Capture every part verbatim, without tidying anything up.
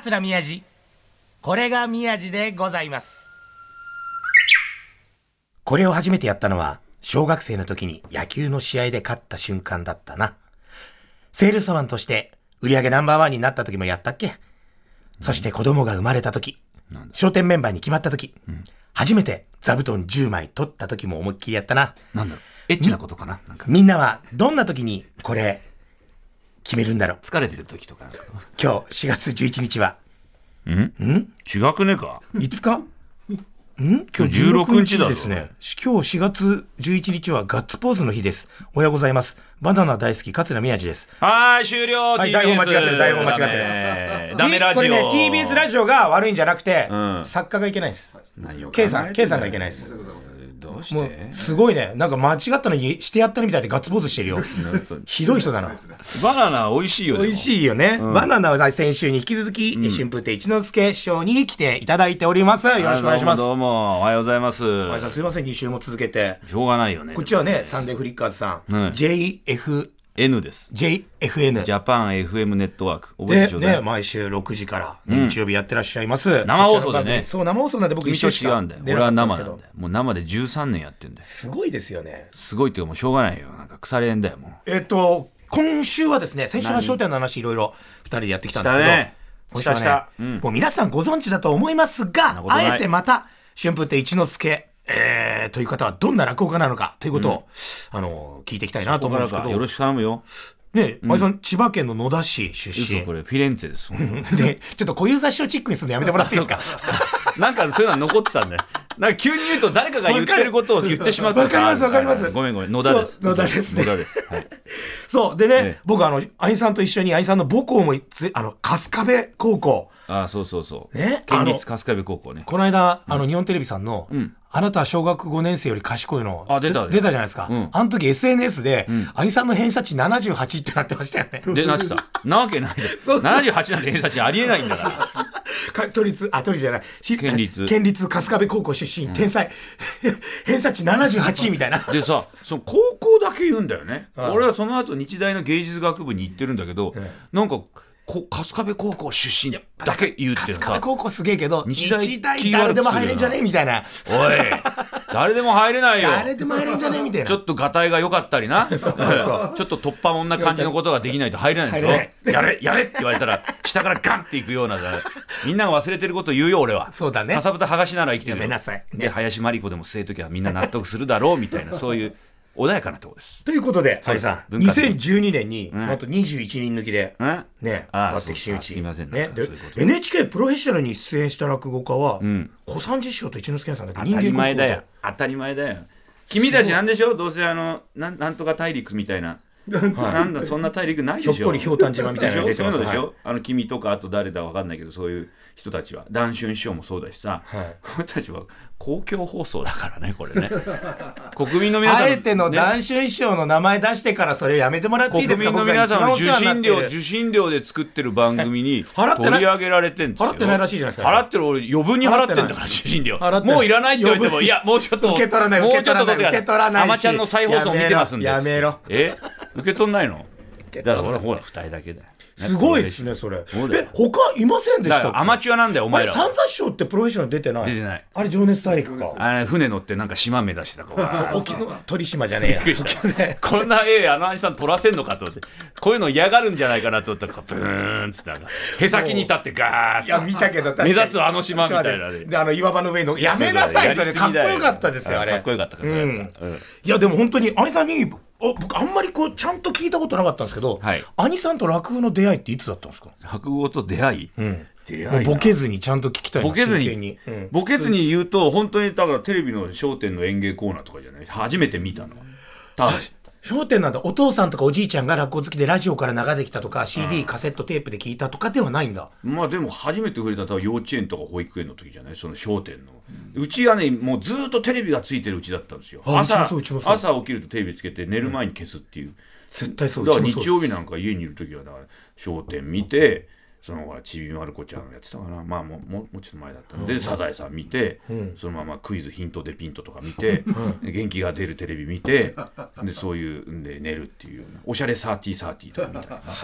桂宮治、これが宮治でございます。これを初めてやったのは小学生の時に野球の試合で勝った瞬間だったな。セールスマンとして売り上げナンバーワンになった時もやったっけ、うん、そして子供が生まれた時、笑点メンバーに決まった時、うん、初めて座布団じゅうまい取った時も思いっきりやったな。 なんだろう、エッチなことかな。なんかみんなはどんな時にこれ決めるんだろう。 疲れてる時とか。 今日しがつじゅういちにちはんん違くねえか。 いつかん今日じゅうろくにちですね。今日しがつじゅういちにちはガッツポーズの日です。おはようございます。バナナ大好き桂宮治です。 はーい、終了。 はい、台本間違ってる台本間違ってる。 ダメラジオ。 これね ティービーエス ラジオが悪いんじゃなくて、うん、作家がいけないです。K さん K さんがいけないです。 どうしてもうすごいね、なんか間違ったのにしてやったみたいでガッツポーズしてるよ。ひどい人だな。 バナナ美味しいよね。 美味しいよね、うん、バナナは先週に引き続き、うん、春風亭一之輔師匠に来ていただいております。よろしくお願いします。 どうもどうも、おはようございます。 おはよう、すいません、に週も続けて。 しょうがないよね。 こっちはね、サンデーフリッカーズさん、うん、ジェイエフ N です。 ジェイエフエヌジャパン エフエム ネットワーク。覚えてちょうだい。 でね、毎週ろくじから日曜日やってらっしゃいます。うん、 生放送でね。 そう、生放送なんで僕一緒しか違うんだよ。俺は生なんだよ。もう生でじゅうさんねんやってんだよ。 すごいですよね。 すごいっていうかもうしょうがないよ。なんか腐れ縁だよもう。 えっと今週はですね、先週は笑点の話いろいろふたりでやってきたんですけど、 ね、 今週はね、したうん、もう皆さんご存知だと思いますが、あえてまた春風亭一之輔、えー、という方はどんな落語家なのかということを、うん、あの聞いていきたいなと思うんですけど、 よろしく頼むよ。 ね、うん、さん千葉県の野田市出身。 嘘、これフィレンツェです。 で、ちょっと小遊三師匠チックにするのやめてもらっていいですか。 なんかそういうの残ってたんだよ。なんか急に言うと誰かが言ってることを言ってしまった。 わかりますわかります。 ごめんごめん、野田です。 野田ですね。 野田です。はい、 そうでね、ね、僕あの愛さんと一緒に愛さんの母校もあの春日部高校。 ああ、そうそうそう。 ね、 県立春日部高校ね。 この間あの日本テレビさんの、 うん、 あなたは小学ごねん生より賢いのあ出た出たじゃないですか、うん、あの時 エスエヌエス で、うん、兄さんの偏差値ななじゅうはちってなってましたよね。 でなってたなわけないでななじゅうはちなんて偏差値ありえないんだから都立あ都立じゃない県立県立春日部高校出身、うん、天才偏差値ななじゅうはちみたいな。 でさ、その高校だけ言うんだよね。俺はその後日大の芸術学部に行ってるんだけど、うん、なんかこ春日部高校出身だけ言うってさ、 春日部高校すげえけど日大誰でも入れんじゃねえみたいな。 おい誰でも入れないよ。 誰でも入れんじゃねえみたいな。 ちょっとガタイが良かったりなそうそうそうちょっと突破もんな感じのことができないと入れないんですよ。やれやれって言われたら下からガンっていくようなみんなが忘れてることを言うよ俺は。 そうだね。 かさぶた剥がしなら生きてるよ。 やめなさい、 ね、で林真理子でも据えときはみんな納得するだろうみたいなそういう穏やかなところです。 ということで、有さん、にせんじゅうにねんに、うん、なんとにじゅういちにん抜きで、うん、ね、抜擢真打ち。 すいませんね。で、エヌエイチケー プロフェッショナルに出演した落語家は、うん、小三治師匠と一之輔さんだけ人間国宝。当たり前だよ。当たり前だよ。君たちなんでしょどうせあの、なん、なんとか大陸みたいな。はい、なんだそんな大陸ないでしょ。 ひょっこりひょうたん島みたいなの出てます。 そういうのでしょ、はい、あの君とかあと誰だか分かんないけどそういう人たちは談春師匠もそうだしさ、はい、俺たちは公共放送だからねこれね国民の皆さん、ね、 あえての談春師匠の名前出してからそれやめてもらっていいですか。 国民の皆さんの受信料受信料で作ってる番組に取り上げられてんですよ。 払ってないらしいじゃないですか。 払ってる俺余分に払ってんだから受信料もういらないって言われてもいやもうちょっと受け取らない受け取らない受け取らないしアマちゃんの再放送見てますんでやめろえ受け取んないのだから俺ほらふたりだけだよ。 すごいですねそれ。え他いませんでしたっけ。 アマチュアなんだよお前ら。 三座師匠ってプロフェッショナル出てない。 出てない。 あれ情熱大陸か。 あれ船乗ってなんか島目指してたから沖の鳥島じゃねえやこんな絵あの兄さん撮らせんのかと思ってこういうの嫌がるんじゃないかなと思ったらブーンっつってなんかへさきに立ってガーッといや見たけど目指すあの島みたいなであの岩場の上のやめなさいそれかっこよかったですよあれ。 かっこよかったかっこよかった。 いやでも本当に兄さんに僕あんまりこうちゃんと聞いたことなかったんですけど、はい、兄さんと落語の出会いっていつだったんですか。 落語と出会い、うん、出会いボケずにちゃんと聞きたい。 ボケずに、うん、ボケずに言うと本当にだからテレビの笑点の演芸コーナーとかじゃない初めて見たのは笑点なんだ。お父さんとかおじいちゃんが落語好きでラジオから流れてきたとか シーディー カセットテープで聞いたとかではないんだ。 まあでも初めて触れたのは幼稚園とか保育園の時じゃないその笑点の、うん、うちはねもうずっとテレビがついてるうちだったんですよ。朝, 朝起きるとテレビつけて寝る前に消すっていう、うん、 絶対そう。 だから日曜日なんか家にいる時はだから笑点見てそのちびまる子ちゃんやってたかなまあもうもうちょっと前だったので、うん、サザエさん見て、うん、そのままクイズヒントでピントとか見て、うん、元気が出るテレビ見てでそういうんで寝るっていうようなおしゃれサーティーサーティーとかみたいな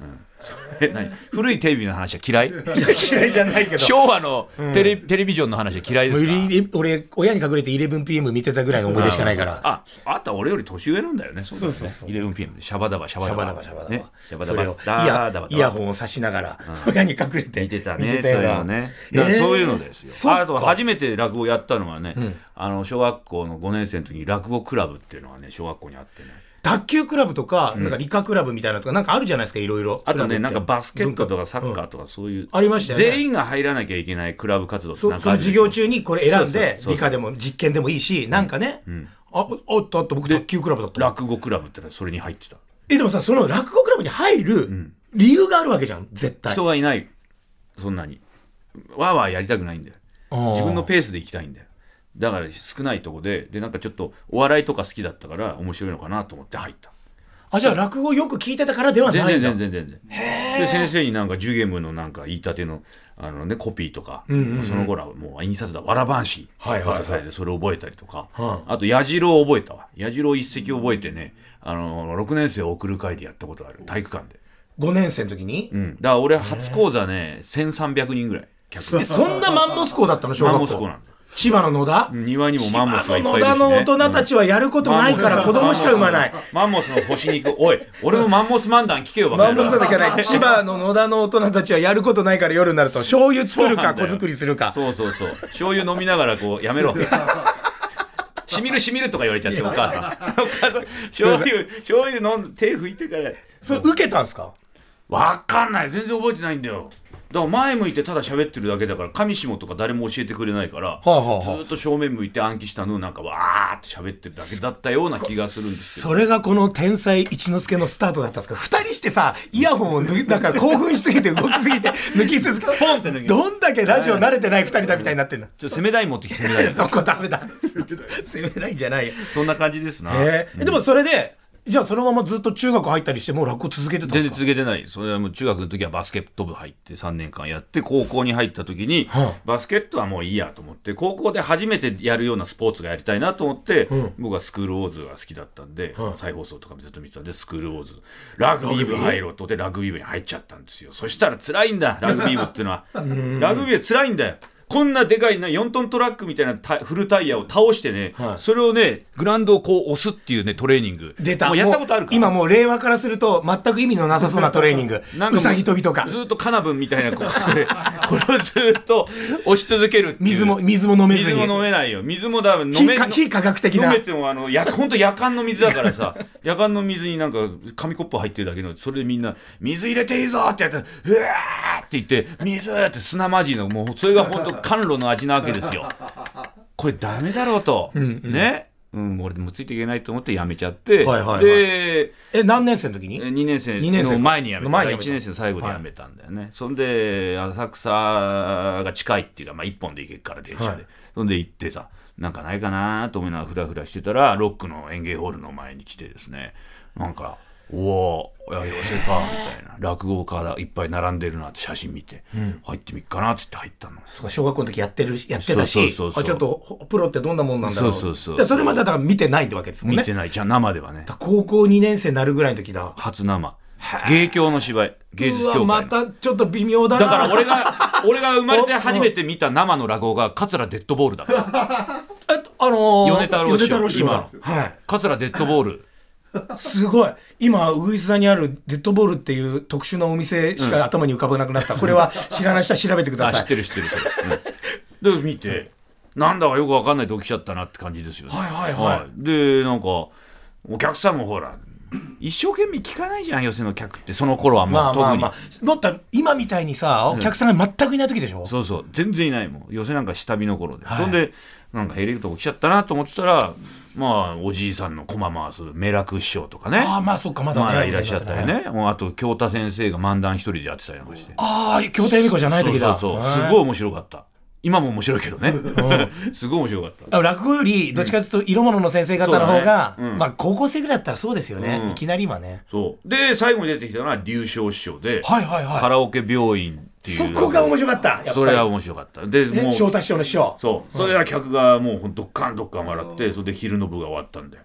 え何古いテレビの話は嫌い？いや嫌いじゃないけど昭和のテレ、うん、テレビジョンの話は嫌いですか？ 俺親に隠れて イレブンピーエム 見てたぐらいの思い出しかないから。 ああった俺より年上なんだよね。そうだよね。そうそうそう イレブンピーエム でシャバダバシャバダバシャバダバ、 ね、シャバダバそれをイヤ、イヤホンを差しながら、うん、親に隠れて見てたね。見てたよな。そういうのね、えー、そういうのですよ。あと初めて落語やったのはね、うん、あの小学校のごねん生の時に落語クラブっていうのはね小学校にあってね。 卓球クラブとか、なんか理科クラブみたいなとか、なんかあるじゃないですか、いろいろ。 あとね、なんかバスケットとかサッカーとかそういう、うん、 ありましたよね。 全員が入らなきゃいけないクラブ活動ってなんかある。 その授業中にこれ選んで、理科でも実験でもいいし、なんかね、うんうん、あ、あったあった、僕卓球クラブだった。 落語クラブってのはそれに入ってた。 え、でもさ、その落語クラブに入る理由があるわけじゃん、絶対。 人がいない。そんなに。わーわーやりたくないんだよ。自分のペースで行きたいんだよ。だから少ないとこで、で、なんかちょっとお笑いとか好きだったから面白いのかなと思って入った。 あ、じゃあ落語よく聞いてたからではないんだ。 全然全然全然。で先生になんかジュゲムのなんか言いたてのあのねコピーとか、うんうんうん、その頃はもう印刷だわらばんし渡されてそれを覚えたりとか、はいはいはい、あとやじろを覚えたわ。やじろ一席覚えてね、あのろくねん生を送る会でやったことある体育館で。 ごねん生の時に？ うん。だから俺初講座ねせんさんびゃくにんぐらい客。 そんなマンモス校だったの小学校？ マンモス校なんだ。 千葉の野田庭にもマンモスがいっぱいいるし、ね、 千葉の野田の大人たちはやることないから子供しか産まない。 マンモスの星肉、おい、俺もマンモス漫談聞けよバカ野郎。 マンモスだけない。千葉の野田の大人たちはやることないから夜になると醤油作るか子作りするか。 そうそうそう。醤油飲みながらこうやめろ。しみるしみるとか言われちゃってお母さん。お母さん醤油醤油飲んで手拭いてから。 それ受けたんですか？ わかんない。全然覚えてないんだよ。だから前向いてただ喋ってるだけだから上下とか誰も教えてくれないから、はあはあ、ずっと正面向いて暗記したのをなんかわーって喋ってるだけだったような気がするんですけど。 それがこの天才一之輔のスタートだったんですか？二人してさイヤホンをなんか興奮しすぎて動きすぎて抜き続けてポンって抜きどんだけラジオ慣れてない二人だみたいになってんだ。 ちょっと攻め台持ってきて攻め台そこダメだ攻め台じゃないよ。 そんな感じですな。 えーうん、でもそれでじゃあそのままずっと中学入ったりしてもう落語続けてたんですか？ 全然続けてない。それはもう中学の時はバスケット部入ってさんねんかんやって高校に入った時に、はあ、バスケットはもういいやと思って高校で初めてやるようなスポーツがやりたいなと思って、うん、僕はスクールウォーズが好きだったんで、はあ、再放送とかもずっと見てたんでスクールウォーズラグビー部入ろうと思ってラグビー部に入っちゃったんですよ。そしたら辛いんだラグビー部っていうのはラグビーは辛いんだよ。こんなでかいなよんトントラックみたいなフルタイヤを倒してね、はい、それをねグラウンドをこう押すっていうねトレーニング出た。 もうやったことあるか？ 今もう令和からすると全く意味のなさそうなトレーニングうさぎ跳びとかずっとカナブンみたいなこれこれをずっと押し続けるっていう。 水も水も飲めずに水も飲めないよ。水もだ飲め非科学的な飲めてもあのや本当夜間の水だからさ夜間の水になんか紙コップ入ってるだけのそれでみんな水入れていいぞってやってうわーって言って水って砂まじのもうそれが本当甘露の味なわけですよ。これダメだろうと、うんうん、ね、うん、俺でもついていけないと思ってやめちゃって、はいはいはい、でえ何年生の時ににねん生の前にやめたいちねん生の最後にやめたんだよね、はい、そんで浅草が近いっていうか、まあ、一本で行けるから電車で、はい、そんで行ってさなんかないかなと思いながらフラフラしてたらロックの演芸ホールの前に来てですねなんかおお寄せかみたいな落語家がいっぱい並んでるなって写真見て、うん、入ってみっかなっつって入ったの。 そう小学校の時やってるやってたしそうそうそうそうあちょっとプロってどんなもんなんだろう。 そうそうそうそれまでだから見てないってわけですもんね。 見てないじゃあ生ではね。 高校にねん生になるぐらいの時だ初生芸協の芝居芸術協会の。 またちょっと微妙だな。 だから俺が俺が生まれて初めて見た生の落語が桂デッドボールだからあのー、 米太郎師匠今、はい、 桂デッドボールすごい今ウグイス座にあるデッドボールっていう特殊なお店しか頭に浮かばなくなった、うん、これは知らない人は調べてください。 あ知ってる知ってるそれ、うん、で見てなんだかよく分かんないと起きちゃったなって感じですよね。 はいはいはい、はい、 でなんかお客さんもほら一生懸命聞かないじゃん寄席の客ってその頃はもう、まあまあまあ、 特にもっと今みたいにさお客さんが全くいない時でしょ、 うん、そうそう全然いないもん寄席なんか下火の頃で、はい、そんでなんかヘリクト起きちゃったなと思ってたらまあおじいさんの駒回す明楽師匠とかねあまあそっかまだね、 まあ、いらっしゃったりね、もうあと京太先生が漫談一人でやってたりなんかしてああ京太恵美子じゃない時だそうそうそうすごい面白かった今も面白いけどね、うん、すごい面白かった落語よりどっちかというと色物の先生方の方が、うんねうん、まあ高校生ぐらいだったらそうですよね、うん、いきなり今ねそうで最後に出てきたのは龍翔師匠で、 はいはいはい、 カラオケ病院っていうそこが面白かったやっぱりそれは面白かったでもう翔太師匠の師匠そうそれは客がもうどっかんどっかん笑って、うん、それで昼の部が終わったんで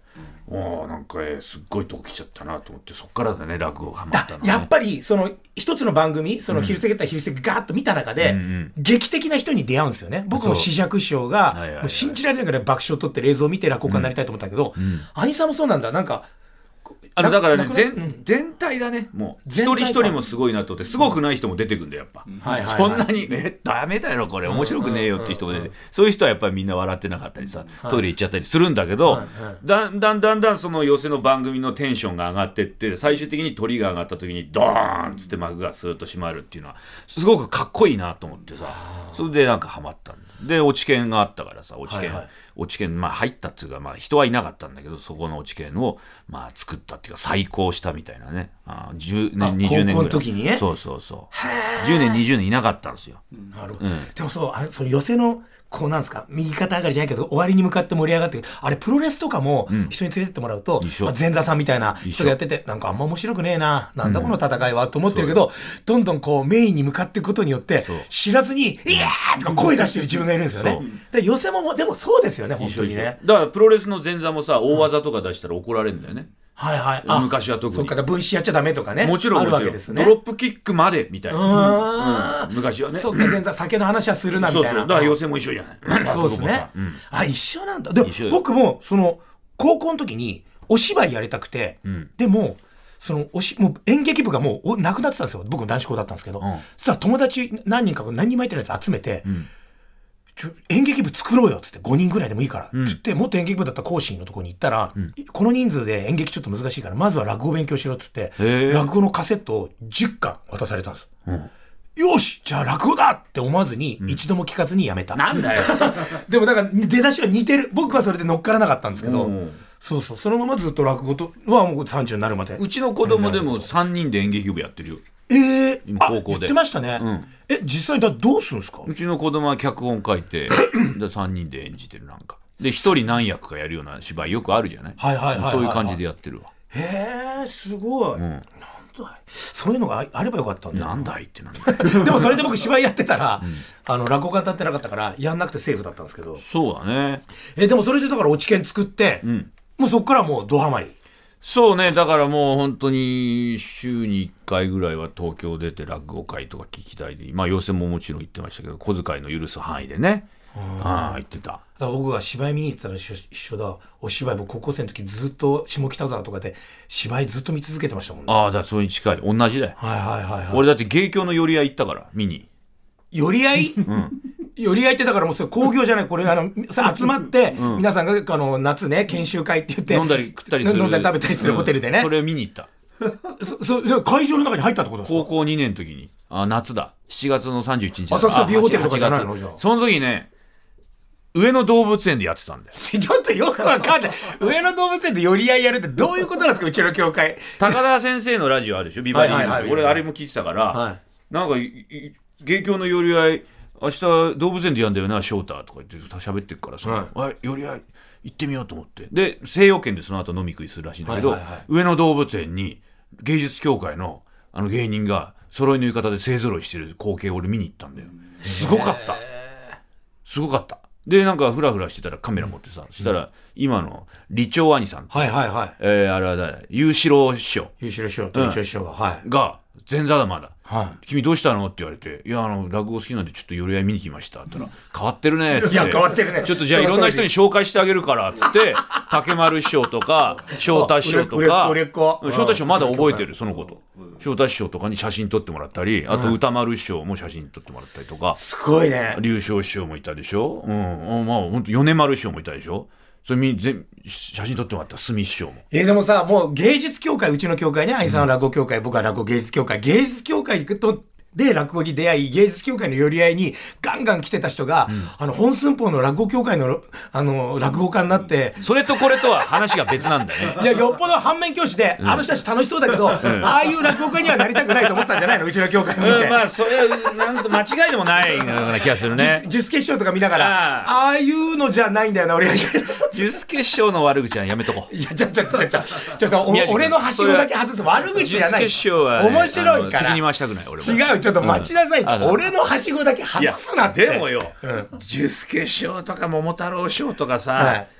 おーなんか、えー、すっごいとこ来ちゃったなと思って、そっからだね落語がハマったの、ね、 やっぱりその一つの番組、その昼席だったら昼席ガーッと見た中で、うんうん、劇的な人に出会うんですよね。僕も枝雀師匠が、もう信じられないぐらい爆笑を取ってる映像を見て落語家になりたいと思ったけど、うんうん、兄さんもそうなんだ。なんかあのだからね、全、うん、全体だね。もう一人一人もすごいなと思って、すごくない人も出てくるんだよやっぱ、うんはいはいはい、そんなにえダメだよこれ面白くねえよっていう人も出て、うんうんうん、そういう人はやっぱりみんな笑ってなかったりさ、トイレ行っちゃったりするんだけど、はいはい、だんだんだんだんその寄せの番組のテンションが上がってって、最終的に鳥が上がった時にドーンっつって幕がスーッと閉まるっていうのはすごくかっこいいなと思ってさ、それでなんかハマったんだ。で落研があったからさ、落研、はいはい、落研まあ入ったっていうか、まあ人はいなかったんだけど、そこの落研をまあ作ったっていうか再興したみたいなね。あじゅうねんにじゅうねんぐらい、 高校の時にね。 そうそうそうじゅうねんにじゅうねんいなかったんですよ。 なるほど、うん、でもそうあれその寄せのこうなんですか、右肩上がりじゃないけど終わりに向かって盛り上がって、あれプロレスとかも人に連れてってもらうと、うんまあ、前座さんみたいな人がやってて、なんかあんま面白くねえな、なんだこの戦いは、うん、と思ってるけど、どんどんこうメインに向かっていくことによって知らずにイヤーとか声出してる自分がいるんですよね。で寄せもでもそうですよね本当にね。 だからプロレスの前座もさ、大技とか出したら怒られるんだよね、うんはいはい、 昔は特にそっか分子やっちゃダメとかね、 もちろんあるわけですね。 ドロップキックまでみたいな、うん、昔はね。 そっか全然酒の話はするなみたいな。 そうそうだから寄せも一緒じゃないそうですね、うん、あ一緒なんだ。で僕もその高校の時にお芝居やりたくて、うん、でもそのおしもう演劇部がもうなくなってたんですよ。僕も男子校だったんですけど、うん、そしたら友達何人か何人も入ってるやつ集めて、うんちょ演劇部作ろうよっつってごにんぐらいでもいいから、うん、って言ってもっと演劇部だった講師のところに行ったら、うん、この人数で演劇ちょっと難しいからまずは落語勉強しろっつって落語のカセットをじゅっかん渡されたんです、うん、よしじゃあ落語だって思わずに、うん、一度も聞かずにやめた。 なんだよでもだから出だしは似てる。僕はそれで乗っからなかったんですけど、うん、そうそうそのままずっと落語とはもうさんじゅうになるまで。 うちの子供でもさんにんで演劇部やってるよ。 えー、 今高校で言ってましたね、うん、え実際だどうするんですか。 うちの子供は脚本書いてでさんにんで演じてる。なんかでひとり何役かやるような芝居よくあるじゃない。 はいはいはいはいはい、 そういう感じでやってるわ。 へえすごい、うん、なんだいそういうのがあればよかったんだよ。 なんだいってなんだいでもそれで僕芝居やってたら、うん、あの落語家立ってなかったからやんなくてセーフだったんですけど。 そうだね。 えでもそれでだから落研作って、うん、もうそっからもうドハマり。 そうね。だからもう本当に週にいっかいぐらいは東京出て落語会とか聞きたいで、まあ寄席ももちろん行ってましたけど、小遣いの許す範囲でね、ああ行ってた。だから僕が芝居見に行ってたら一緒だ。お芝居僕高校生の時ずっと下北沢とかで芝居ずっと見続けてましたもんね。 ああだからそれに近い。同じだよ。 はいはいはい、はい、 俺だって芸協の寄り合い行ったから見に。 寄り合い、うん寄り合いってだからもうそれ興行じゃない。これあの集まって皆さんがあの夏ね研修会って言って飲んだり食ったりする飲んだり食べたりするホテルでね、 うん、それを見に行ったそそ会場の中に入ったってことですか。 高校にねんの時に。あ夏だしちがつのさんじゅういちにちだ。 浅草ビューホテルとかじゃないの。じゃあその時ね上野動物園でやってたんだよ。 ちょっとよくわかんない上野動物園で寄り合いやるってどういうことなんですか。うちの教会高田先生のラジオあるでしょビバリー、はいはいはい、俺あれも聞いてたから、はい、なんか芸協の寄り合い明日動物園でやんだよな翔太とか言って喋ってるからさ、はい、寄り合い行ってみようと思ってで西洋圏でその後飲み食いするらしいんだけど、はいはいはい、上野動物園に芸術協会のあの芸人が揃いの浴衣で勢ぞろいしてる光景を俺見に行ったんだよ。すごかったすごかったでなんかフラフラしてたらカメラ持ってさ、うん、そしたら今の李長兄さん、 はいはいはい、 えー、あれは誰裕次郎師匠裕次郎師匠と李長師匠が、うんはい、 が前座だまだ、 はい、 君どうしたのって言われていやあの落語好きなんでちょっと寄り合い見に来ましたって言ったら変わってるねっていや変わってるねちょっとじゃあいろんな人に紹介してあげるからっつって竹丸師匠とか翔太師匠とか翔太師匠まだ覚えてるそのこと翔太師匠とかに写真撮ってもらったりあと歌丸師匠も写真撮ってもらったりとか、 すごいね。 龍昇師匠もいたでしょ、うんまあ本当米丸師匠もいたでしょ。それみ全写真撮ってもらった住師匠も。 えー、でもさもう芸術協会うちの協会ね兄さんは落語協会、うん、僕は落語芸術協会芸術協会とで落語に出会い芸術協会の寄り合いにガンガン来てた人が、うん、あの本寸法の落語協会のあの落語家になってそれとこれとは話が別なんだねいやよっぽど反面教師で、うん、あの人たち楽しそうだけど、うん、ああいう落語家にはなりたくないと思ってたんじゃないのうちの協会を見て、 うん、まあそれはなんと間違いでもないような気がするねジュスケ師匠とか見ながらああいうのじゃないんだよな俺はジュスケ師匠の悪口はやめとこう。 いやちょちょちょちょちょっと俺のはしごだけ外す悪口じゃない。 ジュスケ師匠は、ね、 面白いから敵に回したくない俺も。 違うちょっと待ちなさい、うん俺のはしごだけ外すなって。 でもよ、うん、ジュスケ師匠とか桃太郎師匠とかさ、はい、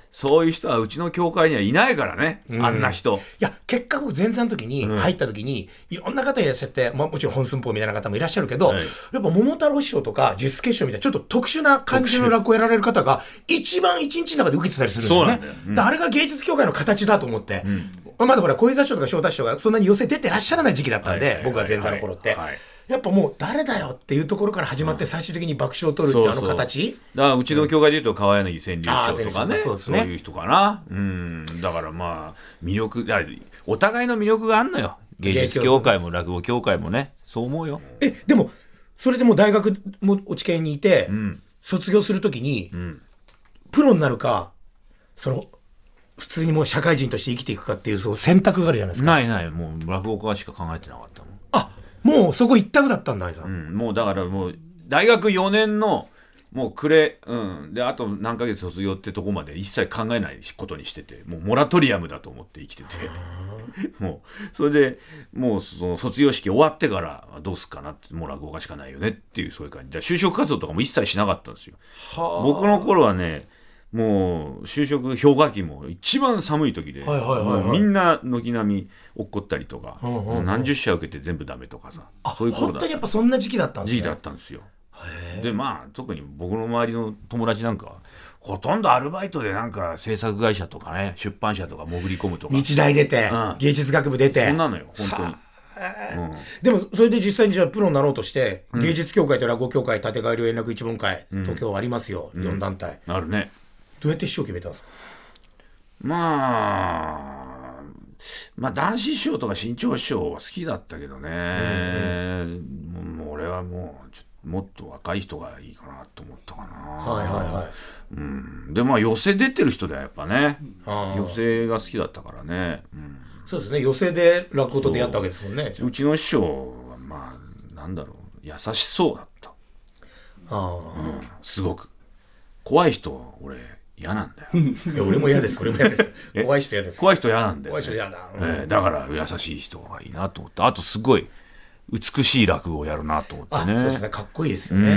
そういう人はうちの教会にはいないからね、うん、あんな人。 いや結果僕前座の時に入った時に、うん、いろんな方いらっしゃって、まあ、もちろん本寸法みたいな方もいらっしゃるけど、はい、やっぱ桃太郎師匠とか十助師匠みたいなちょっと特殊な感じの落語をやられる方が一番一日の中で受けてたりするんですよね。うん、あれが芸術協会の形だと思って、うん、まだほら小遊三師匠とか昇太師匠がそんなに寄せ出てらっしゃらない時期だったんで、はいはいはいはい、僕が前座の頃って、はいはいはい、やっぱもう誰だよっていうところから始まって最終的に爆笑を取るってあの形、 そうそうだからうちの教会でいうと川柳川柳師匠とかね、うん、そうですね、そういう人かな、うん、だからまあ魅力お互いの魅力があんのよ、芸術協会も落語協会もね、そう思うよ。 えでもそれでも大学もお知見にいて、うん、卒業するときに、うん、プロになるかその普通にもう社会人として生きていくかっていうそう選択があるじゃないですか。 ないない、もう落語家しか考えてなかったもん。 あもうそこ一択だったんだ、あいさん、 うん、もうだからもう大学よねんのもう暮れ、うん、であと何ヶ月卒業ってとこまで一切考えないことにしてて、もうモラトリアムだと思って生きててもうそれでもうその卒業式終わってからどうすっかなって、もう落語家しかないよねっていうそういう感じで就職活動とかも一切しなかったんですよ。僕の頃はねもう就職氷河期も一番寒い時で、はいはいはいはい、みんな軒並み落っこったりとか、うんうんうん、何十社受けて全部ダメとかさ、 そういう頃だった。本当にやっぱそんな時期だったんですね。 時期だったんですよ。でまあ特に僕の周りの友達なんかはほとんどアルバイトでなんか制作会社とかね出版社とか潜り込むとか、 日大出て、うん、芸術学部出て、 そんなのよ本当に。 うん、でもそれで実際にじゃあプロになろうとして、うん、芸術協会と落語協会立川流円楽一門会、うん、東京ありますよ、うん、よん団体あるね。 どうやって師匠決めたんですか。 まあまあ男子師匠とか新潮師匠は好きだったけどね、うん、もう俺はもうちょっともっと若い人がいいかなと思ったかな。 はいはいはい、 うん、でまあ寄席出てる人ではやっぱね寄席が好きだったからね、うん、 そうですね、寄席で落語と出会ったわけですもんね。 うちの師匠はまあなんだろう優しそうだった。あ、うん、すごく怖い人俺嫌なんだよ。 いや俺も嫌です、俺も嫌です。怖い人嫌です。 怖い人嫌なんだよ、 ね、怖い人嫌だ、 うんえー、だから優しい人がいいなと思って、あとすごい美しい落語をやるなと思ってね。 あ、そうですね、かっこいいですよね。うん、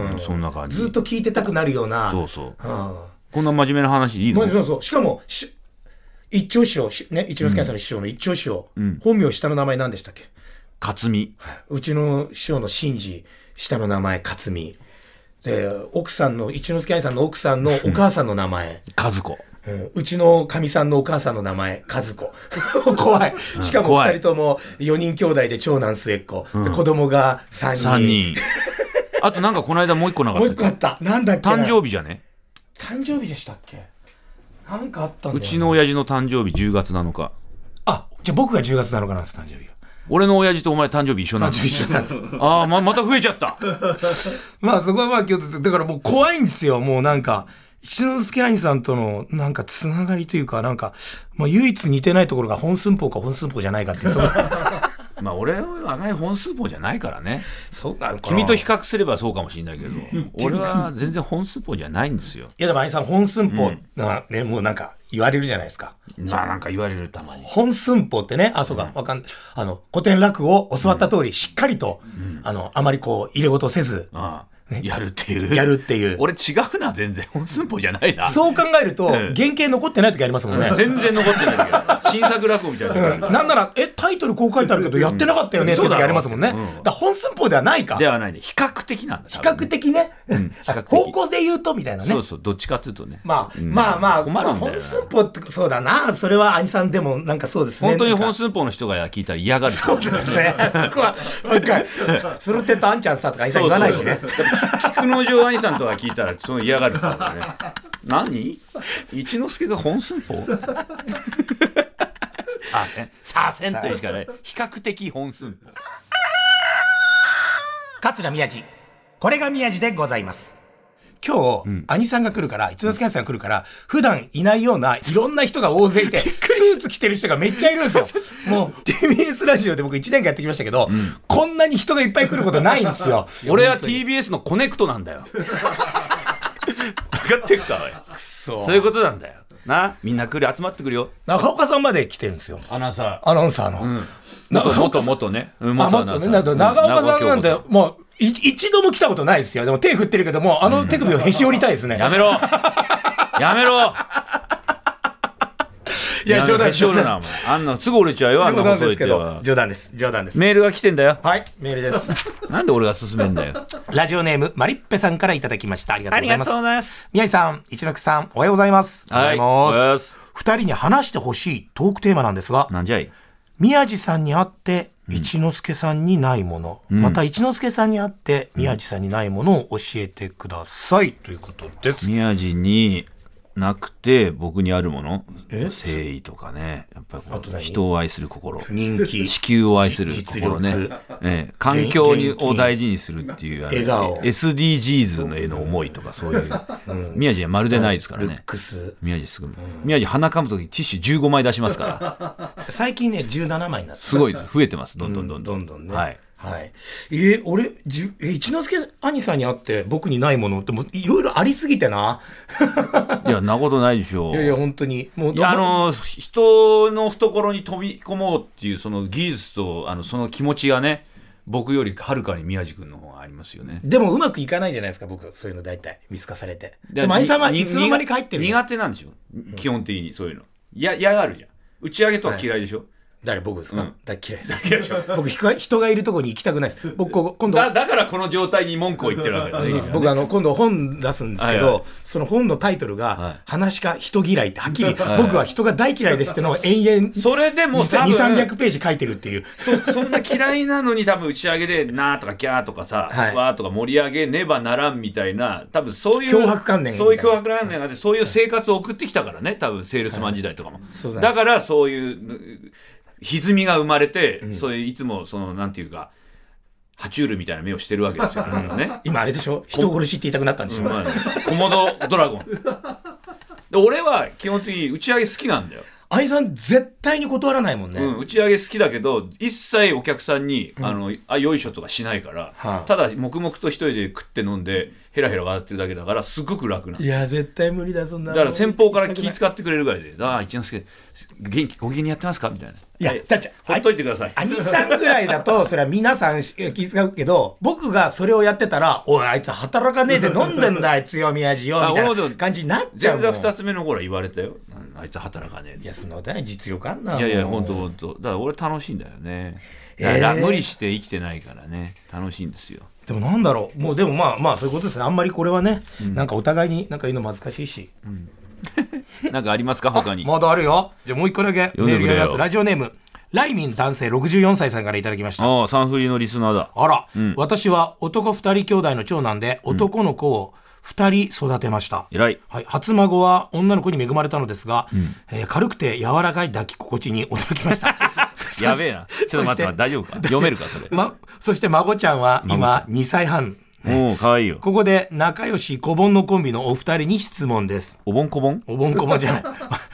うん、そんな感じ。 ずっと聞いてたくなるような。 そうそう。うん、こんな真面目な話いいの？ そうそう。しかもし一丁師匠ね、一之輔さんの師匠の一丁師匠、うん、本名下の名前何でしたっけ？ 勝美。 うちの師匠の真治下の名前勝美。で奥さんの一之輔さんの奥さんのお母さんの名前和子。 うん、うちのかみさんのお母さんの名前和子。怖い。しかもふたりともよにん兄弟で長男末っ子、うん、で子供がさんにん。さんにん。 あとなんかこの間もう一個なかったっけ？ もう一個あった。なんだっけ？ 誕生日じゃね？ 誕生日でしたっけ？なんかあったんだよ、ね。 うちの親父の誕生日じゅうがつなのか。 あ、じゃあ僕がじゅうがつなのかなんです、誕生日が。 俺の親父とお前誕生日一緒なんです。 誕生日一緒なんです。 ああ、ま、また増えちゃった。 まあそこはまあ気をつけて、だからもう怖いんですよ。もうなんか、一之輔兄さんとのなんかつながりというか、なんか、まあ唯一似てないところが本寸法か本寸法じゃないかっていう。 まあ俺はあがい本寸法じゃないからね。 そうか。 君と比較すればそうかもしれないけど、俺は全然本寸法じゃないんですよ。 いやでも兄さん本寸法がね、うん、もうなんか言われるじゃないですか。 まあなんか言われるたまに。 本寸法ってね、あ、そうか、わかんない。あの、古典落語を教わった通り、うん、しっかりと、うん、あの、あまりこう、入れ事せず、 ああね、やるっていう。 やるっていう。 俺違うな、全然。本寸法じゃないな。 そう考えると、原型残ってない時ありますもんね。 うん、全然残ってないけど。新作落語みたいな、 うん。なんなら、え、タイトルこう書いてあるけど、やってなかったよねって時ありますもんね。うん、だから本寸法ではないか。 ではないね。比較的なんだ。 比較的ね。うん、比較的方向で言うとみたいなね。 そうそう、どっちかっていうとね。 まあ、うん、まあまあ、困るんだよな。本寸法って、そうだな。それは兄さんでもなんかそうですね。 本当に本寸法の人が聞いたら嫌がる。 そうですね。そこは、わかる。スルテとあんちゃんさとか兄さん言わないしね。 菊之丞兄さんとか聞いたらその嫌がるからね。何？一之輔が本寸法？さあせん、さあせんというしかない。比較的本寸法。 桂宮治、これが宮治でございます。今日、うん、兄さんが来るから、一之輔さんが来るから、普段いないようないろんな人が大勢いて、スーツ着てる人がめっちゃいるんですよ。もう ティービーエス ラジオで僕いちねんかんやってきましたけど、うん、こんなに人がいっぱい来ることないんですよ。 俺は ティービーエス のコネクトなんだよ。分かってるか、おい。くそ。そういうことなんだよ。な、みんな来る、集まってくるよ。 中岡さんまで来てるんですよ。 アナウンサー。アナウンサーの。うん、 元元元ね。元アナウンサー。 長岡さんなんてもうい一度も来たことないですよ。でも手振ってるけども、あの手首をへし折りたいですね。 やめろ。やめろ。 いや冗談です冗談なあんなすぐ折れちゃうよあんな冗談細い手ですけどは。 冗談です冗談です。 メールが来てんだよ。 はいメールです。 なんで俺が進めんだよ。 ラジオネームマリッペさんからいただきました。ありがとうございます。 ざいます。 宮治さん一ノ木さんおはようございます。 はいおはようございまおはようございますす。 二人に話してほしいトークテーマなんですが、 なんじゃい。 宮治さんにあって一之輔さんにないもの、うん、また一之輔さんにあって宮治さんにないものを教えてくださいということです。 宮治になくて僕にあるもの、誠意とかね、やっぱり人を愛する心、 人気、 地球を愛する心ね、ええ、環境にを大事にするっていう笑顔エスディージーズ のへの思いとかそういう、うん、宮治はまるでないですからね。 ルックス宮治すごい、うん、宮治鼻かむときティッシュじゅうごまい出しますから最近ねじゅうななまいになってすごいです増えてますどんどんどんどん、 うん、どんどんね、 はいはい、えー、俺じえ一之輔兄さんに会って僕にないものってもいろいろありすぎてないやなことないでしょう。 いやいや本当にもういやあの人の懐に飛び込もうっていうその技術とあのその気持ちがね僕よりはるかに宮治君の方がありますよね。 でもうまくいかないじゃないですか僕そういうの大体見透かされて。でも兄さんはいつの間にか入ってる苦手なんでしょ、うん、基本的にそういうのや嫌がるじゃん。打ち上げとは嫌いでしょ、はい。誰僕ですか、うん、大嫌いです僕人がいるところに行きたくないです僕今度 だ, だからこの状態に文句を言ってるわけです、ね、 僕あの今度本出すんですけど、はいはい、その本のタイトルが、はい、話か人嫌いってはっきり、はい、僕は人が大嫌いですってのを延々 それでもにせんさんびゃくページ書いてるっていうそ, そんな嫌いなのに多分打ち上げでなーとかキャーとかさ、はい、わーとか盛り上げねばならんみたいな多分そういう脅迫観念そういう脅迫観念があってそういう生活を送ってきたからね多分セールスマン時代とかも、はい、だからそういう歪みが生まれて、うん、そういういつもそのなんていうか爬虫類みたいな目をしてるわけですよ、ね、 今あれでしょ人殺しって言いたくなったんでしょ、 うんまあね、コモドドラゴンで俺は基本的に打ち上げ好きなんだよ。 愛さん絶対に断らないもんね、 うん、打ち上げ好きだけど一切お客さんに、うん、あのあよいしょとかしないから、はあ、ただ黙々と一人で食って飲んでヘラヘラ笑ってるだけだからすごく楽な。 いや絶対無理だそんな。 だから先方から気使ってくれるぐらいでああ一之輔元気ご機嫌にやってますかみたいな。 いやだっちゃほっといてください。 兄さんぐらいだとそれは皆さん気遣うけど僕がそれをやってたらおいあいつ働かねえで飲んでんだあいつよ宮治よみたいな感じになっちゃうもん。 全然ふたつめの頃は言われたよあいつ働かねえって。 いやその実力あんな。 いやいや本当本当だから俺楽しいんだよね。だから無理して生きてないからね楽しいんですよ。 でもなんだろうもうでもまあまあそういうことですね。あんまりこれはね、うん、なんかお互いになんか言うの難しいし、うん、 なんかありますか他に。 まだあるよ。じゃあもう一個だけメール読みます。ラジオネームライミン男性ろくじゅうよんさいさんからいただきました。 ああサンフリのリスナーだ。 あら、うん、私は男ふたり兄弟の長男で男の子をふたり育てました。 偉い、 はい、初孫は女の子に恵まれたのですが、うんえー、軽くて柔らかい抱き心地に驚きましたやべえなちょっと待って待って大丈夫か読めるかそれ、 ま、そして孫ちゃんは今にさいはん、 ね、おかわいいよ。 ここで仲良し小盆のコンビのお二人に質問です。 お盆小盆お盆小盆じゃない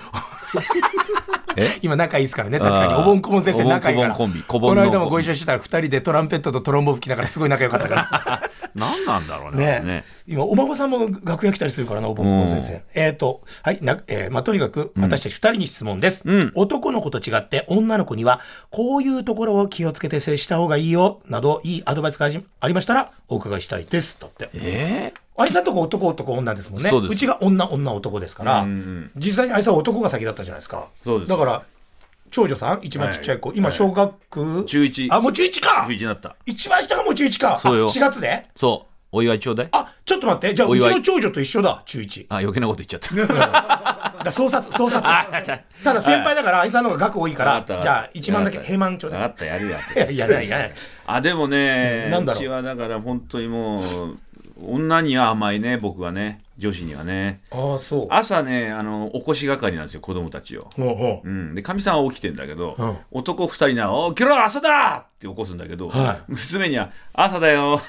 今仲いいですからね。確かにお盆小盆先生仲いいから。 コンビこの間もご一緒したらふたりでトランペットとトロンボ吹きながらすごい仲良かったから何なんだろう ね, ね, ね今お孫さんも楽屋来たりするからなお盆小盆先生。えっ、ー、とはいな、えーまあ、とにかく私たちふたりに質問です、うん、男の子と違って女の子にはこういうところを気をつけて接した方がいいよなどいいアドバイスがありましたらお伺いしたいですだって。 えー愛さんとこ男男女ですもんね。 う, うちが女女男ですから、うんうん、実際に愛さんは男が先だったじゃないですか。 そうです。 だから長女さん一番ちっちゃい子、はい、今小学中いち。 あもう中いちか。 中いちになった。 一番下がもう中いちか。 そうよ。 しがつでそうお祝いちょうだい。 あちょっと待ってじゃあうちの長女と一緒だ中いち。 あ余計なこと言っちゃっただ総察総察ただ先輩だから愛さんの方が額多いからじゃあいちまんだけ平満ちょうだい。 あったやるやるやらないやらない。 あでもねなんだろううちはだから本当にもう女には甘いね僕はね女子にはね。 ああそう。 朝ねあの起こし係なんですよ子供たちを。 ほうほう、 うん、でかみさんは起きてんだけど、 うん、 男ふたりなお起きろ朝だって起こすんだけど、はい、娘には朝だよ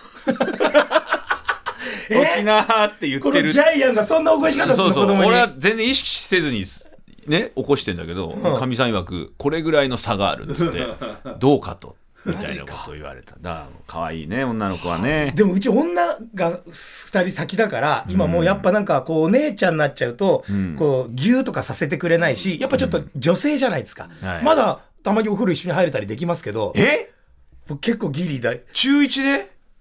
起きなーって言ってる。このジャイアンがそんな起こし方するの。 そうそう子供に俺は全然意識せずにね起こしてんだけどかみ、うん、さん曰くこれぐらいの差があるっつってどうかとみたいなことを言われた。だから可愛いね女の子はね。 でもうち女がふたり先だから今もうやっぱなんかこうお姉ちゃんになっちゃうと、うん、こうギューとかさせてくれないしやっぱちょっと女性じゃないですか、うんはい、まだたまにお風呂一緒に入れたりできますけどえ結構ギリだ。 中いちで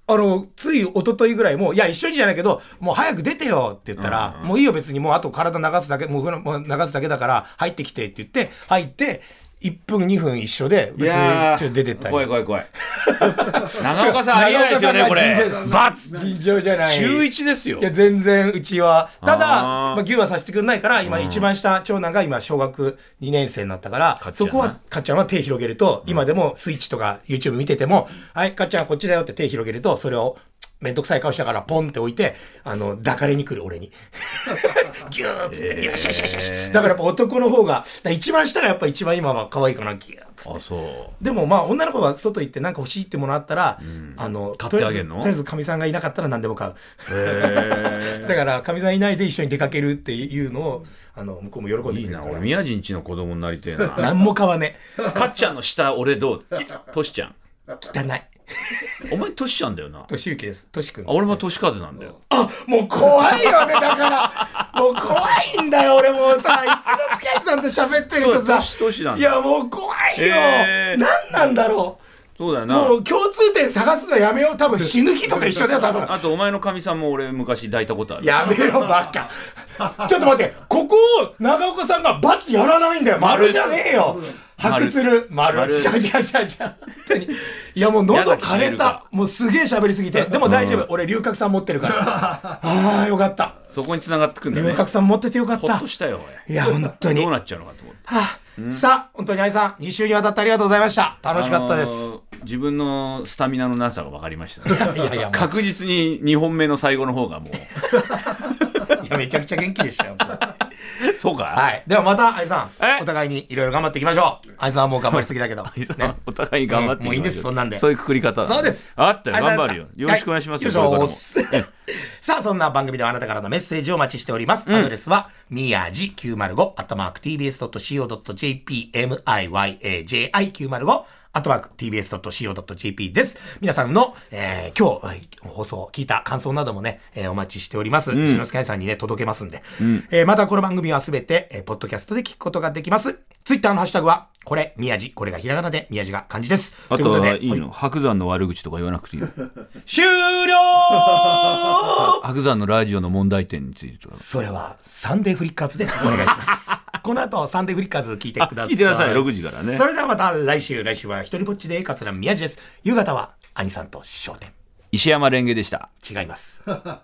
あの、つい一昨日ぐらいも、いや、一緒にじゃないけど、もう早く出てよって言ったら、うんうん、もういいよ別にもうあと体流すだけ、もうもう流すだけだから入ってきてって言って、入って、いっぷんにふん一緒で別にちょっと出てったり。 怖い怖い怖い。長岡さんありえないですよねこれ。罰。 尋常じゃない。 中いちですよ。 いや全然うちはただまあ牛はさせてくれないから今一番下長男が今小学にねん生になったからそこはかっちゃんは手広げると今でもスイッチとか YouTube 見ててもはいかっちゃんこっちだよって手広げるとそれをめんどくさい顔したからポンって置いてあの抱かれに来る俺にギューッつって、えー、よしよしよしよしだからやっぱ男の方が一番下がやっぱ一番今は可愛いかなギューッつって。あそうでもまあ女の子は外行ってなんか欲しいってものあったら、うん、あの買ってあげるのとりあえずかみさんがいなかったら何でも買う、えー、だからかみさんいないで一緒に出かけるっていうのをあの向こうも喜んでくれるから。いいな俺宮地んちの子供になりてえな何も買わねえかっちゃんの下俺どうとしちゃん汚いお前トシちゃんだよな。 トシユキです。トシ君、 ね。俺もトシカズなんだよ。 あ、もう怖いよねだからもう怖いんだよ俺もうさ一之輔さんと喋ってるとさ、 トシトシなんだ。 いやもう怖いよ。えー、何なんだろう。 そうだよな。 もう共通点探すのやめよう。多分死ぬ日とか一緒だよ多分。 あとお前のかみさんも俺昔抱いたことある。 やめろバカ。ちょっと待ってここを長岡さんがバツやらないんだよ。丸じゃねえよ。白鶴丸違う違う違う違う本当にいやもう喉枯れたもうすげえ喋りすぎてでも大丈夫、うん、俺龍角散持ってるからああよかったそこに繋がってくんだよね。 龍角散持っててよかった。 ほっとしたよいや本当にどうなっちゃうのかと思って、 はあうん、さあ本当に愛さんに週にわたってありがとうございました。楽しかったです、 あのー、自分のスタミナのなさが分かりましたねいやいや確実ににほんめの最後の方がもういやめちゃくちゃ元気でしたよそうか。 はい。ではまた愛さんお互いにいろいろ頑張っていきましょう。愛さんはもう頑張りすぎだけど、ね、 お互いに頑張っていきましょう、うん、 もういいですそんなんで。 そういうくくり方、 そうです。 あったよ頑張るよ。よろしくお願いしますよ。 はい、さあそんな番組ではあなたからのメッセージをお待ちしております。うん、アドレスはみやじきゅうまるごアットマーク ティービーエスドットシーオードットジェーピー ミヤジきゅうまるごアットマーク ティービーエスドットシーオードットジェーピー です。皆さんの、えー、今日放送聞いた感想などもね、えー、お待ちしております。うん、石之助さんにね届けますんで、うんえー、またこの番組はすべて、えー、ポッドキャストで聞くことができます。ツイッターのハッシュタグはこれ宮地これがひらがなで宮地が漢字です。 あとはいいの白山の悪口とか言わなくていいの終了白山のラジオの問題点についてとかそれはサンデーフリッカーズでお願いしますこの後サンデーフリッカーズ聞いてください。 聞いてくださいろくじからね。 それではまた来週来週は一人ぼっちで桂宮地です。夕方は兄さんと笑点石山レンゲでした。 違います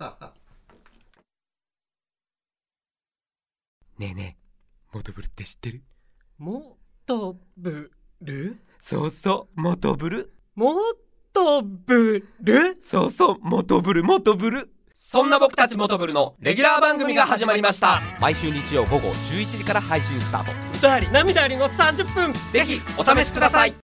ねえねえモトブルって知ってる？ モトブル？ そうそうモトブルモトブル？ そうそうモトブルモトブル。そんな僕たちモトブルのレギュラー番組が始まりました。毎週日曜午後じゅういちじから配信スタート。 歌あり涙ありのさんじゅっぷん、 ぜひお試しください。